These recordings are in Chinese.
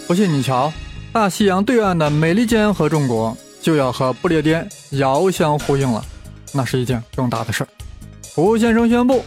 不信你瞧，大西洋对岸的美利坚和中国就要和不列颠遥相呼应了，那是一件重大的事。胡先生宣布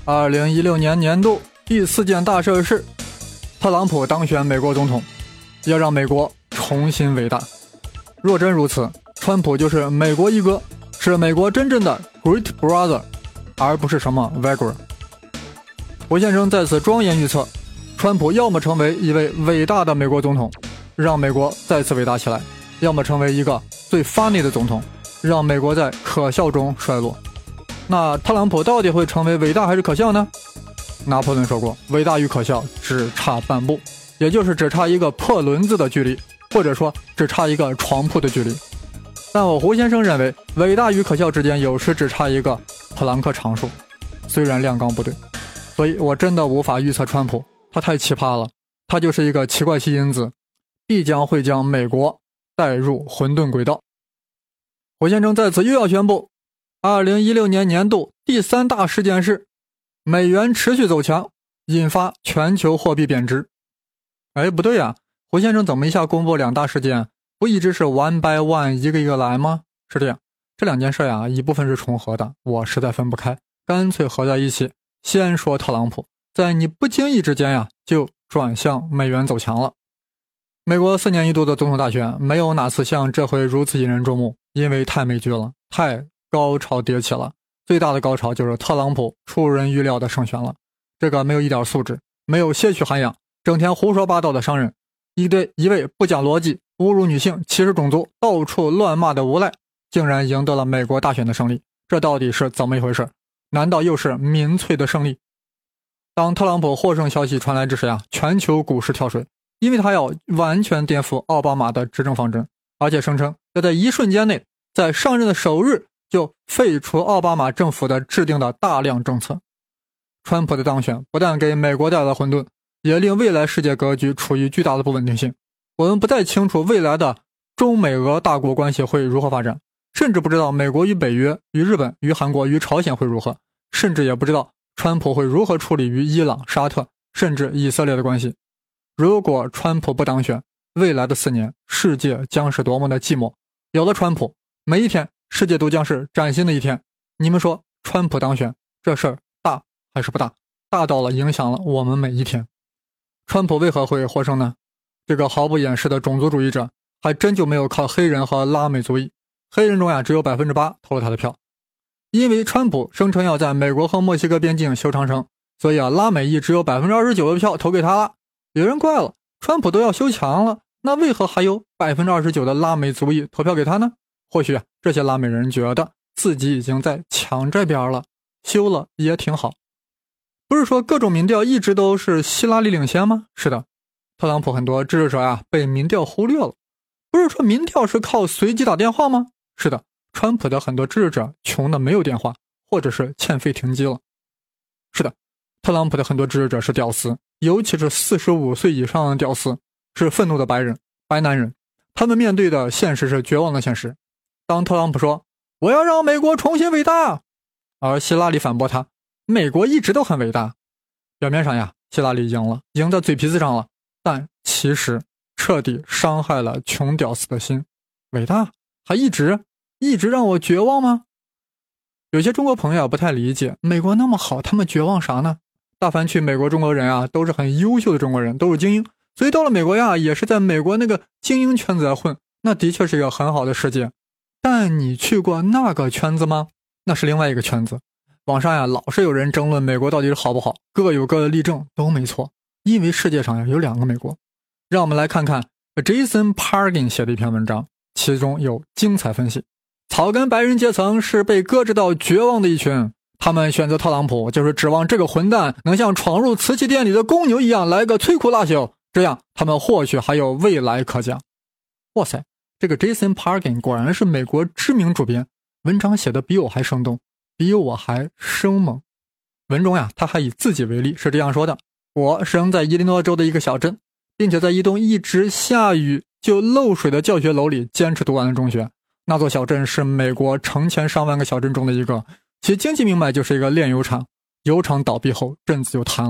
2016年年度第4件大事是特朗普当选美国总统，要让美国重新伟大。若真如此，川普就是美国一哥，是美国真正的 Great Brother， 而不是什么 Viagra。 胡先生在此庄严预测，川普要么成为一位伟大的美国总统，让美国再次伟大起来，要么成为一个最funny的总统，让美国在可笑中衰落。那特朗普到底会成为伟大还是可笑呢？拿破仑说过，伟大与可笑只差半步，也就是只差一个破轮子的距离，或者说只差一个床铺的距离。但我胡先生认为，伟大与可笑之间有时只差一个普朗克常数，虽然量纲不对。所以我真的无法预测川普，他太奇葩了，他就是一个奇怪系因子，必将会将美国带入混沌轨道。胡先生在此又要宣布，2016年年度第3大事件是美元持续走强，引发全球货币贬值。不对呀，胡先生怎么一下公布2大事件，不一直是 one by one 一个一个来吗？是这样，这2件事呀，一部分是重合的，我实在分不开，干脆合在一起。先说特朗普，在你不经意之间呀，就转向美元走强了。美国4年一度的总统大选，没有哪次像这回如此引人注目，因为太美剧了，太高潮迭起了。最大的高潮就是特朗普出人预料的胜选了。这个没有一点素质，没有些许涵养，整天胡说八道的商人，一位不讲逻辑、侮辱女性、歧视种族、到处乱骂的无赖，竟然赢得了美国大选的胜利。这到底是怎么一回事？难道又是民粹的胜利？当特朗普获胜消息传来之时全球股市跳水，因为他要完全颠覆奥巴马的执政方针，而且声称要在一瞬间内，在上任的首日就废除奥巴马政府的制定的大量政策。川普的当选不但给美国带来混沌，也令未来世界格局处于巨大的不稳定性。我们不太清楚未来的中美俄大国关系会如何发展，甚至不知道美国与北约、与日本、与韩国、与朝鲜会如何，甚至也不知道川普会如何处理与伊朗、沙特甚至以色列的关系。如果川普不当选，未来的4年世界将是多么的寂寞。有了川普，每一天世界都将是崭新的一天。你们说川普当选这事儿大还是不大？大到了影响了我们每一天。川普为何会获胜呢？这个毫不掩饰的种族主义者还真就没有靠黑人和拉美族裔，黑人中只有 8% 投了他的票。因为川普声称要在美国和墨西哥边境修长城，所以拉美裔只有 29% 的票投给他了。有人怪了，川普都要修墙了，那为何还有 29% 的拉美族裔投票给他呢？或许这些拉美人觉得自己已经在墙这边了，修了也挺好。不是说各种民调一直都是希拉里领先吗？是的，特朗普很多支持者被民调忽略了。不是说民调是靠随机打电话吗？是的，川普的很多支持者穷的没有电话，或者是欠费停机了。是的，特朗普的很多支持者是屌丝，尤其是45岁以上的屌丝，是愤怒的白男人，他们面对的现实是绝望的现实。当特朗普说我要让美国重新伟大，而希拉里反驳他美国一直都很伟大。表面上希拉里赢了，赢在嘴皮子上了，但其实彻底伤害了穷屌丝的心。伟大还一直让我绝望吗？有些中国朋友不太理解，美国那么好，他们绝望啥呢？大凡去美国中国人都是很优秀的中国人，都是精英，所以到了美国也是在美国那个精英圈子混，那的确是一个很好的世界。但你去过那个圈子吗？那是另外一个圈子。网上老是有人争论美国到底是好不好，各有各的例证，都没错。因为世界上有2个美国。让我们来看看 Jason Pargin 写的一篇文章，其中有精彩分析。草根白人阶层是被搁置到绝望的一群，他们选择特朗普就是指望这个混蛋能像闯入瓷器店里的公牛一样来个摧枯拉朽，这样他们或许还有未来可讲。哇塞，这个 Jason Pargin 果然是美国知名主编，文章写的比我还生动，比我还生猛。文中他还以自己为例，是这样说的：我生在伊利诺州的一个小镇，并且在一栋一直下雨就漏水的教学楼里坚持读完了中学。那座小镇是美国成千上万个小镇中的一个，其经济命脉就是一个炼油厂，油厂倒闭后镇子就瘫了，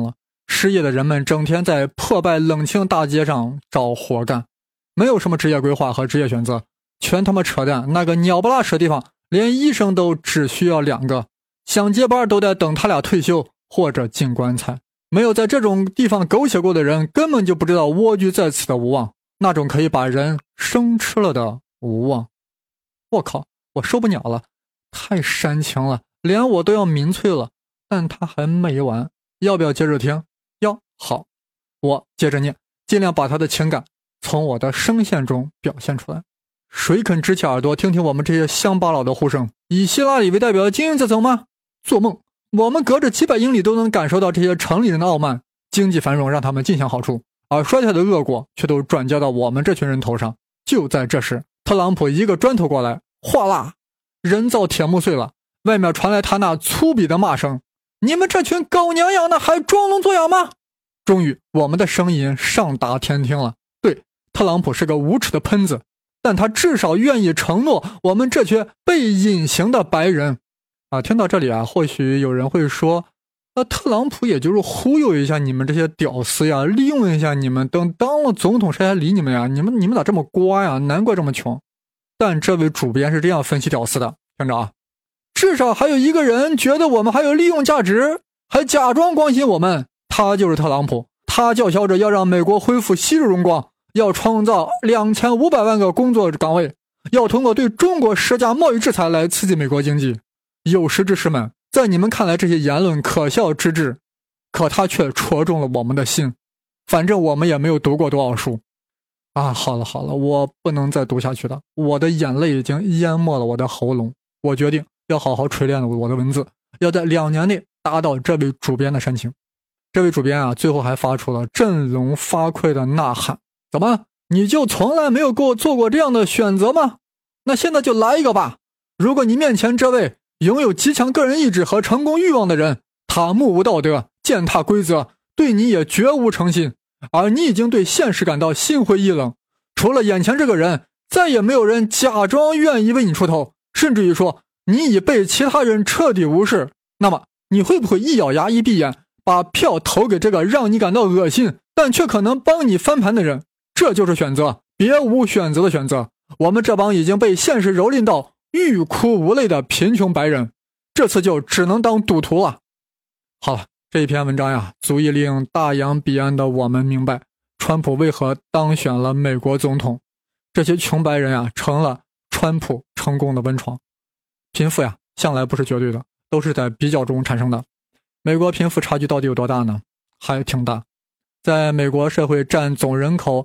失业的人们整天在破败冷清大街上找活干，没有什么职业规划和职业选择，全他妈扯淡。那个鸟不拉屎的地方，连医生都只需要2个，想接班都得等他俩退休或者进棺材。没有在这种地方苟且过的人，根本就不知道蜗居在此的无望，那种可以把人生吃了的无望。我靠，我受不了了，太煽情了，连我都要民粹了。但他还没完，要不要接着听？要，好，我接着念，尽量把他的情感从我的声线中表现出来。谁肯支起耳朵听听我们这些乡巴佬的呼声？以希拉里为代表的精英阶层吗？做梦！我们隔着几百英里都能感受到这些城里人的傲慢，经济繁荣让他们尽享好处，而衰退的恶果却都转交到我们这群人头上。就在这时，特朗普一个砖头过来，哗啦，人造铁幕碎了，外面传来他那粗鄙的骂声：你们这群狗娘养的还装聋作哑吗？终于我们的声音上达天听了。对，特朗普是个无耻的喷子，但他至少愿意承诺我们这群被隐形的白人。听到这里或许有人会说，特朗普也就是忽悠一下你们这些屌丝呀，利用一下你们，等当了总统谁还理你们呀？你们咋这么瓜呀？难怪这么穷。但这位主编是这样分析屌丝的，听着啊，至少还有一个人觉得我们还有利用价值，还假装关心我们，他就是特朗普。他叫嚣着要让美国恢复昔日荣光，要创造2500万个工作岗位，要通过对中国施加贸易制裁来刺激美国经济。有识之士们，在你们看来这些言论可笑之至，可他却戳中了我们的心。反正我们也没有读过多少书好了，我不能再读下去了，我的眼泪已经淹没了我的喉咙。我决定要好好锤炼我的文字，要在2年内达到这位主编的煽情。这位主编最后还发出了振聋发聩的呐喊：怎么，你就从来没有给我做过这样的选择吗？那现在就来一个吧。如果你面前这位拥有极强个人意志和成功欲望的人，他目无道德，践踏规则，对你也绝无诚信，而你已经对现实感到心灰意冷，除了眼前这个人，再也没有人假装愿意为你出头，甚至于说你已被其他人彻底无视，那么你会不会一咬牙一闭眼，把票投给这个让你感到恶心但却可能帮你翻盘的人？这就是选择，别无选择的选择。我们这帮已经被现实蹂躏到欲哭无泪的贫穷白人，这次就只能当赌徒了。好了，这一篇文章呀，足以令大洋彼岸的我们明白，川普为何当选了美国总统。这些穷白人成了川普成功的温床。贫富向来不是绝对的，都是在比较中产生的。美国贫富差距到底有多大呢？还挺大。在美国社会占总人口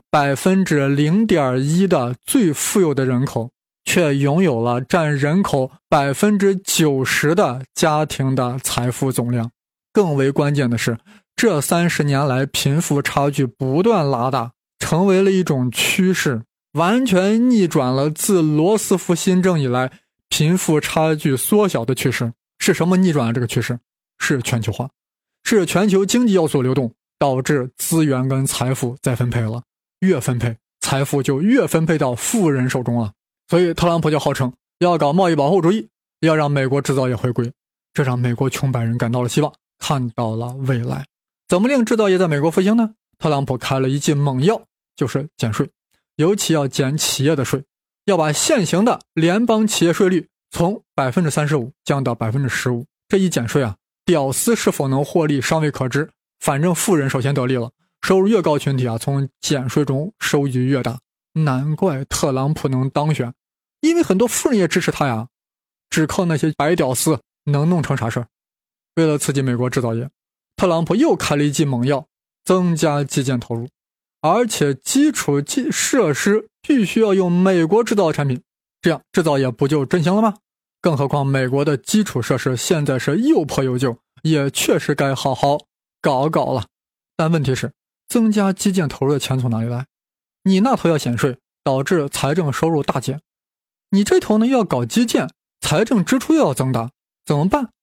0.1% 的最富有的人口，却拥有了占人口 90% 的家庭的财富总量。更为关键的是，这30年来贫富差距不断拉大，成为了一种趋势，完全逆转了自罗斯福新政以来贫富差距缩小的趋势。是什么逆转了这个趋势？是全球化，是全球经济要素流动，导致资源跟财富再分配了，越分配财富就越分配到富人手中了。所以特朗普就号称要搞贸易保护主义，要让美国制造业回归，这让美国穷白人感到了希望，看到了未来。怎么令制造业在美国复兴呢？特朗普开了一剂猛药，就是减税，尤其要减企业的税，要把现行的联邦企业税率从 35% 降到 15%。 这一减税屌丝是否能获利尚未可知，反正富人首先得利了，收入越高群体从减税中收益越大。难怪特朗普能当选，因为很多富人也支持他呀。只靠那些白屌丝能弄成啥事儿？为了刺激美国制造业，特朗普又开了一剂猛药，增加基建投入，而且基础设施必须要用美国制造产品，这样制造业不就振兴了吗？更何况美国的基础设施现在是又破又旧，也确实该好好搞搞了。但问题是，增加基建投入的钱从哪里来？你那头要减税，导致财政收入大减，你这头呢又要搞基建，财政支出又要增大，怎么办？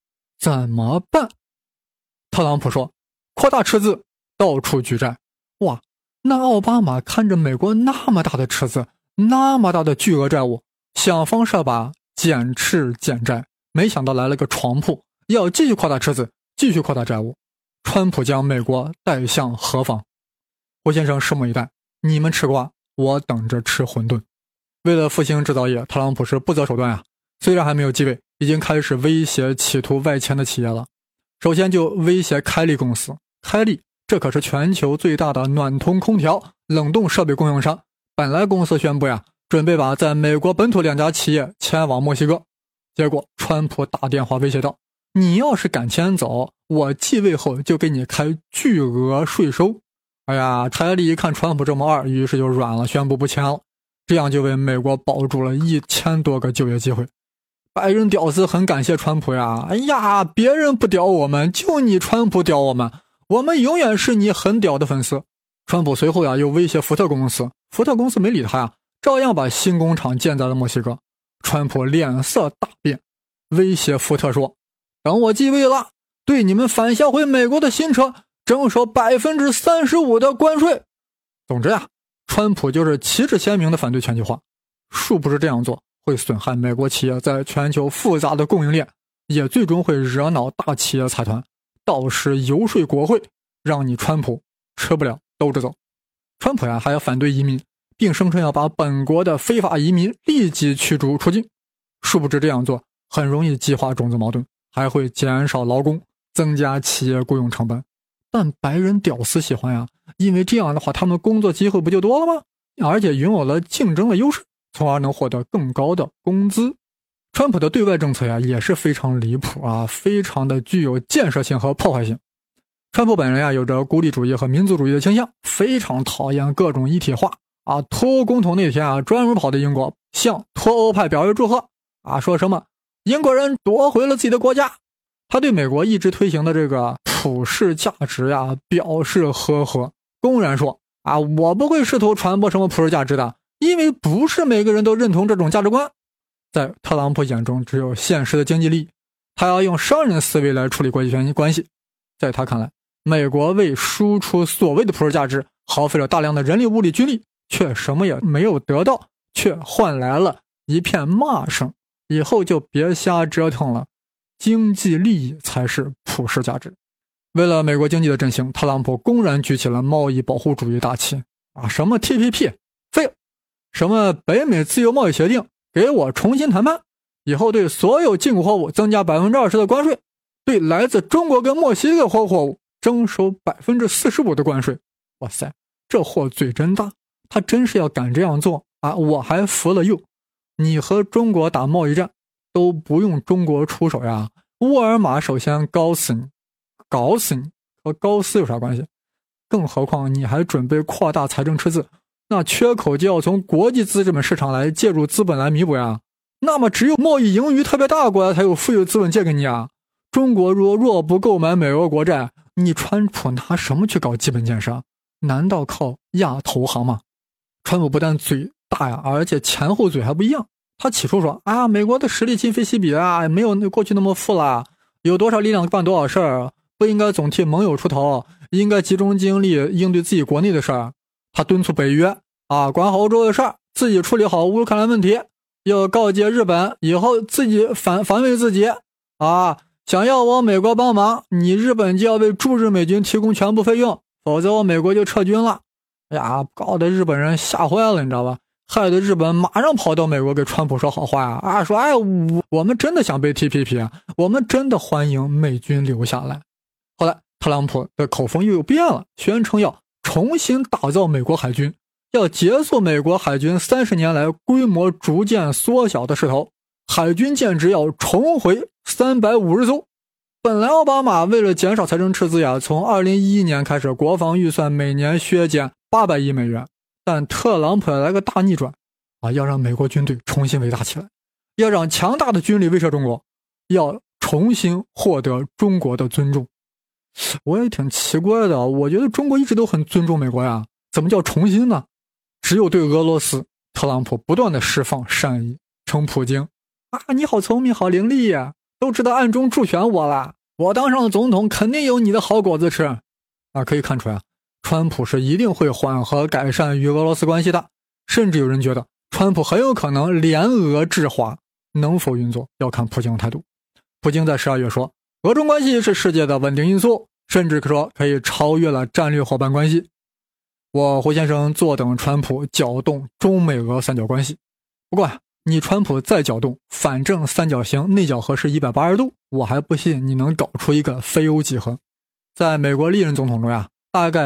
特朗普说，扩大赤字，到处举债。哇，那奥巴马看着美国那么大的赤字，那么大的巨额债务，想方设法减赤减债，没想到来了个床铺，要继续扩大赤字，继续扩大债务。 川普将美国带向何方？胡先生拭目以待，你们吃瓜，我等着吃馄饨。为了复兴制造业，特朗普是不择手段啊！虽然还没有继位，已经开始威胁企图外迁的企业了。首先就威胁开利公司，开利这可是全球最大的暖通空调、冷冻设备供应商。本来公司宣布呀，准备把在美国本土2家企业迁往墨西哥，结果川普打电话威胁道：“你要是敢迁走，我继位后就给你开巨额税收。”哎呀，开利一看川普这么二，于是就软了，宣布不迁了。这样就为美国保住了1000多个就业机会。白人屌丝很感谢川普呀，哎呀，别人不屌我们，就你川普屌我们，我们永远是你很屌的粉丝。川普随后呀又威胁福特公司，福特公司没理他呀，照样把新工厂建在了墨西哥。川普脸色大变，威胁福特说：“等我继位了，对你们返销回美国的新车征收35%的关税。”总之呀，川普就是旗帜鲜明的反对全球化，殊不知这样做会损害美国企业在全球复杂的供应链，也最终会惹恼大企业财团，到时游说国会，让你川普吃不了兜着走。川普呀还要反对移民，并声称要把本国的非法移民立即驱逐出境。殊不知这样做很容易激化种族矛盾，还会减少劳工，增加企业雇佣成本。但白人屌丝喜欢呀，因为这样的话他们工作机会不就多了吗？而且拥有了竞争的优势，从而能获得更高的工资。川普的对外政策呀也是非常离谱啊，非常的具有建设性和破坏性。川普本人呀有着孤立主义和民族主义的倾向，非常讨厌各种一体化啊。脱欧公投那天啊，专门跑到英国向脱欧派表示祝贺啊，说什么英国人夺回了自己的国家。他对美国一直推行的这个普世价值呀表示呵呵，公然说啊，我不会试图传播什么普世价值的，因为不是每个人都认同这种价值观。在特朗普眼中只有现实的经济利益，他要用商人思维来处理国际关系。在他看来，美国为输出所谓的普世价值耗费了大量的人力物力军力，却什么也没有得到，却换来了一片骂声。以后就别瞎折腾了，经济利益才是普世价值。为了美国经济的振兴，特朗普公然举起了贸易保护主义大旗啊，什么 TPP 废了，什么北美自由贸易协定给我重新谈判，以后对所有进口货物增加 20% 的关税，对来自中国跟墨西哥货物征收 45% 的关税。哇塞，这货嘴真大，他真是要敢这样做啊，我还服了又。你和中国打贸易战都不用中国出手呀，沃尔玛首先搞死你，和高斯有啥关系？更何况你还准备扩大财政赤字，那缺口就要从国际资本市场来借助资本来弥补呀。那么只有贸易盈余特别大的国家才有富裕资本借给你啊。中国若不购买美国国债，你川普拿什么去搞基本建设？难道靠压投行吗？川普不但嘴大呀，而且前后嘴还不一样。他起初说啊，美国的实力今非昔比啊，没有过去那么富了，有多少力量办多少事儿，不应该总替盟友出头，应该集中精力应对自己国内的事儿。他敦促北约啊，管好欧洲的事儿，自己处理好乌克兰问题，要告诫日本以后自己防卫自己啊。想要我美国帮忙，你日本就要为驻日美军提供全部费用，否则我美国就撤军了。哎呀，搞得日本人吓坏了，你知道吧？害得日本马上跑到美国给川普说好话啊，说哎，我们真的想被 TPP 啊，我们真的欢迎美军留下来。后来特朗普的口风又变了，宣称要重新打造美国海军，要结束美国海军30年来规模逐渐缩小的势头，海军舰只要重回350艘。本来奥巴马为了减少财政赤字呀，从2011年开始国防预算每年削减800亿美元，但特朗普来个大逆转啊，要让美国军队重新伟大起来，要让强大的军力威慑中国，要重新获得中国的尊重。我也挺奇怪的，我觉得中国一直都很尊重美国呀，怎么叫重新呢？只有对俄罗斯，特朗普不断的释放善意，称普京啊，你好聪明，好伶俐呀，都知道暗中助选我了，我当上了总统，肯定有你的好果子吃啊！可以看出来，川普是一定会缓和改善与俄罗斯关系的，甚至有人觉得川普很有可能联俄制华，能否运作要看普京的态度。普京在12月说，俄中关系是世界的稳定因素， 甚至说可以超越了战略伙伴关系。我胡先生坐等川普搅动中美俄三角关系。不过你川普再搅动，反正三角形内角和是180度，我还不信你能搞出一个非欧几何。在美国历任总统中大概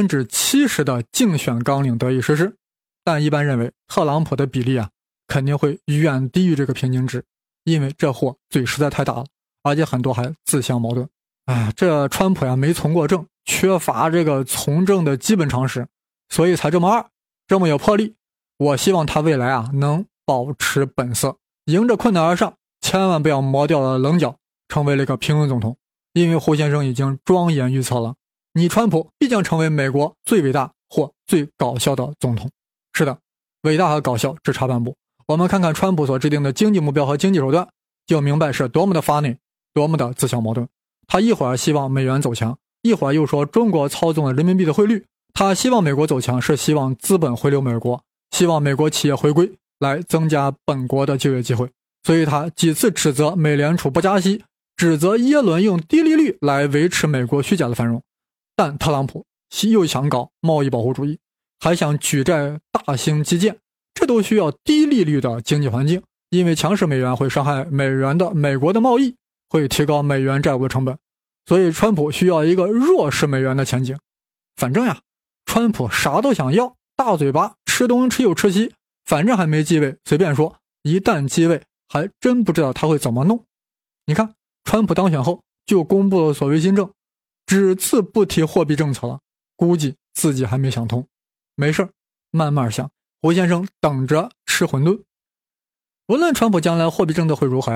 70% 的竞选纲领得以实施，但一般认为特朗普的比例肯定会远低于这个平均值，因为这货嘴实在太大了，而且很多还自相矛盾。这川普没从过政，缺乏这个从政的基本常识，所以才这么二，这么有魄力。我希望他未来能保持本色，迎着困难而上，千万不要磨掉了棱角，成为了一个平庸总统。因为胡先生已经庄严预测了，你川普必将成为美国最伟大或最搞笑的总统。是的，伟大和搞笑只差半步。我们看看川普所制定的经济目标和经济手段，就明白是多么的发内，多么的自相矛盾。他一会儿希望美元走强，一会儿又说中国操纵了人民币的汇率。他希望美国走强，是希望资本回流美国，希望美国企业回归，来增加本国的就业机会。所以他几次指责美联储不加息，指责耶伦用低利率来维持美国虚假的繁荣。但特朗普又想搞贸易保护主义，还想举债大兴基建，这都需要低利率的经济环境，因为强势美元会伤害美国的贸易，会提高美元债务的成本。所以川普需要一个弱势美元的前景。反正川普啥都想要，大嘴巴，吃东吃又吃西，反正还没继位，随便说，一旦继位还真不知道他会怎么弄。你看川普当选后就公布了所谓新政，只字不提货币政策了，估计自己还没想通。没事，慢慢想，胡先生等着吃馄饨。无论川普将来货币政策会如何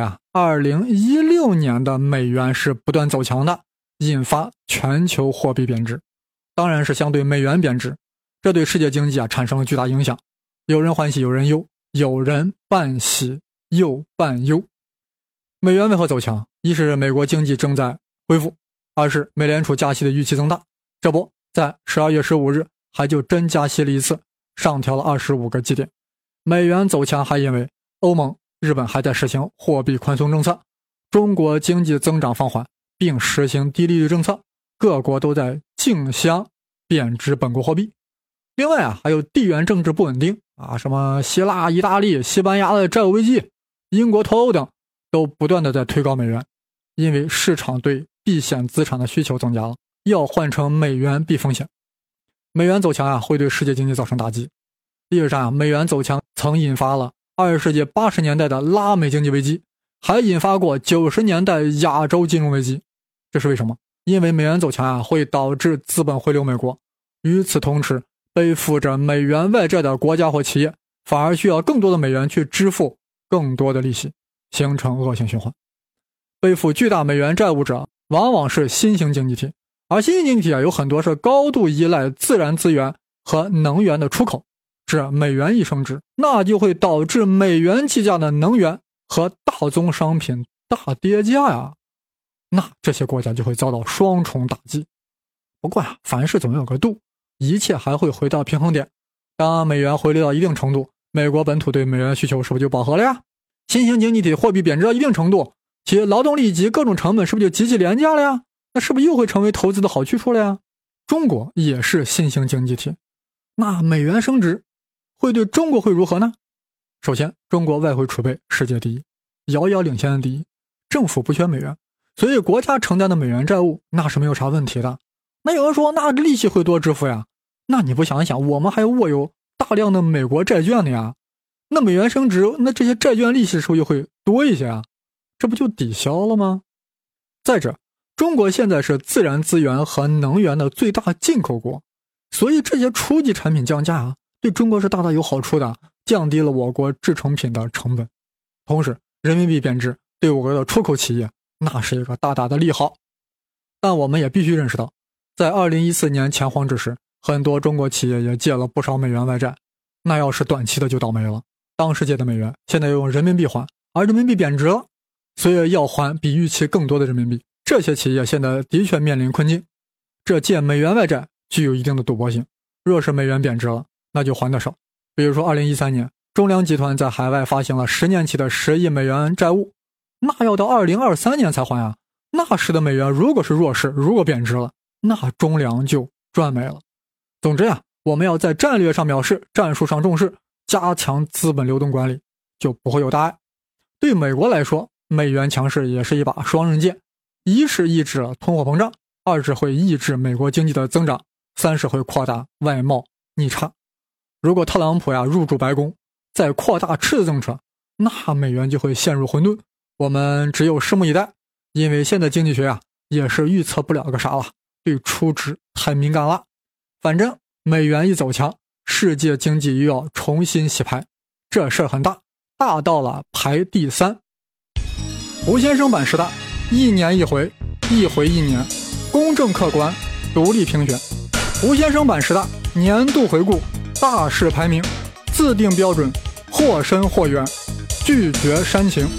2016年的美元是不断走强的，引发全球货币贬值，当然是相对美元贬值，这对世界经济产生了巨大影响。有人欢喜有人忧，有人半喜又半忧。美元为何走强？一是美国经济正在恢复，二是美联储加息的预期增大，这不在12月15日还就真加息了一次，上调了25个基点。美元走强还因为欧盟、日本还在实行货币宽松政策，中国经济增长放缓，并实行低利率政策，各国都在竞相贬值本国货币。另外还有地缘政治不稳定什么希腊、意大利、西班牙的债务危机，英国脱欧等都不断的在推高美元，因为市场对避险资产的需求增加了，要换成美元避风险。美元走强会对世界经济造成打击。历史上美元走强曾引发了20世纪80年代的拉美经济危机，还引发过90年代亚洲金融危机。这是为什么？因为美元走强会导致资本回流美国，与此同时，背负着美元外债的国家或企业反而需要更多的美元去支付更多的利息，形成恶性循环。背负巨大美元债务者往往是新兴经济体，而新兴经济体有很多是高度依赖自然资源和能源的出口，是美元一升值，那就会导致美元计价的能源和大宗商品大跌价那这些国家就会遭到双重打击。不过凡事总有个度，一切还会回到平衡点。当美元回流到一定程度，美国本土对美元的需求是不是就饱和了呀？新兴经济体货币贬值到一定程度，其劳动力及各种成本是不是就极其廉价了呀？那是不是又会成为投资的好去处了呀？中国也是新兴经济体，那美元升值会对中国会如何呢？首先，中国外汇储备世界第一，遥遥领先的第一，政府不缺美元，所以国家承担的美元债务那是没有啥问题的。那有人说那利息会多支付呀？那你不想一想，我们还握有大量的美国债券的呀，那美元升值，那这些债券利息是不是就会多一些这不就抵消了吗？再者，中国现在是自然资源和能源的最大进口国，所以这些初级产品降价对中国是大大有好处的，降低了我国制成品的成本。同时，人民币贬值对我国的出口企业那是一个大大的利好。但我们也必须认识到，在2014年钱荒之时，很多中国企业也借了不少美元外债，那要是短期的就倒霉了。当时借的美元现在用人民币还，而人民币贬值了，所以要还比预期更多的人民币。这些企业现在的确面临困境。这借美元外债具有一定的赌博性，若是美元贬值了，那就还得少。比如说2013年，中粮集团在海外发行了10年期的10亿美元债务，那要到2023年才还那时的美元如果是弱势，如果贬值了，那中粮就赚没了。总之呀，我们要在战略上藐视，战术上重视，加强资本流动管理，就不会有大碍。对美国来说，美元强势也是一把双刃剑，一是抑制了通货膨胀，二是会抑制美国经济的增长，三是会扩大外贸逆差。如果特朗普入驻白宫，再扩大赤字政策，那美元就会陷入混沌。我们只有拭目以待，因为现在经济学也是预测不了个啥了，对初值太敏感了。反正美元一走强，世界经济又要重新洗牌，这事儿很大，大到了排第3。胡先生版10大，一年一回，一回一年，公正客观，独立评选。胡先生版10大年度回顾，大事排名，自定标准，或深或远，拒绝煽情。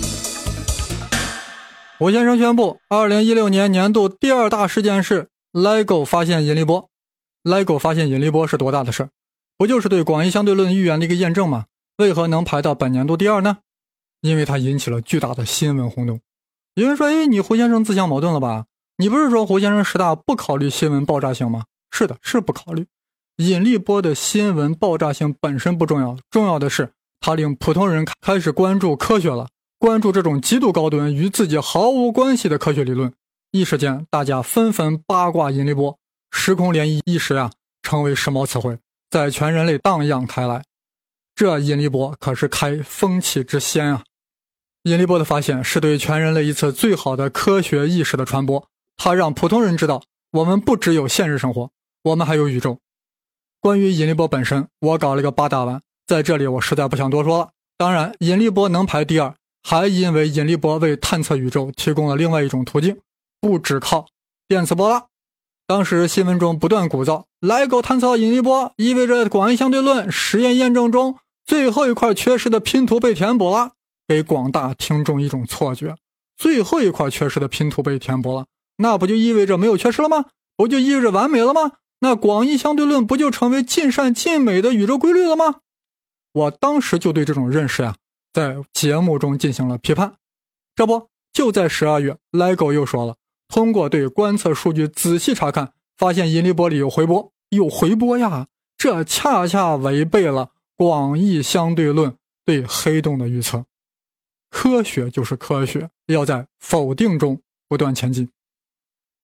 胡先生宣布2016年年度第2大事件是 LIGO 发现引力波。LIGO 发现引力波是多大的事？不就是对广义相对论预言的一个验证吗？为何能排到本年度第2呢？因为它引起了巨大的新闻轰动。有人说，你胡先生自相矛盾了吧？你不是说胡先生10大不考虑新闻爆炸性吗？是的，是不考虑。引力波的新闻爆炸性本身不重要，重要的是它令普通人开始关注科学了，关注这种极度高端与自己毫无关系的科学理论。一时间大家纷纷八卦引力波，时空涟漪一时成为时髦词汇，在全人类荡漾开来。这引力波可是开风气之先啊！引力波的发现是对全人类一次最好的科学意识的传播，它让普通人知道，我们不只有现实生活，我们还有宇宙。关于引力波本身，我搞了个8大碗，在这里我实在不想多说了。当然，引力波能排第2，还因为引力波为探测宇宙提供了另外一种途径，不只靠电磁波了。当时新闻中不断鼓噪 LIGO 探测引力波意味着广义相对论实验验证中最后一块缺失的拼图被填补了，给广大听众一种错觉，最后一块缺失的拼图被填补了，那不就意味着没有缺失了吗？不就意味着完美了吗？那广义相对论不就成为尽善尽美的宇宙规律了吗？我当时就对这种认识在节目中进行了批判。这不，就在12月 LIGO 又说了，通过对观测数据仔细查看，发现引力波里有回波，这恰恰违背了广义相对论对黑洞的预测。科学就是科学，要在否定中不断前进。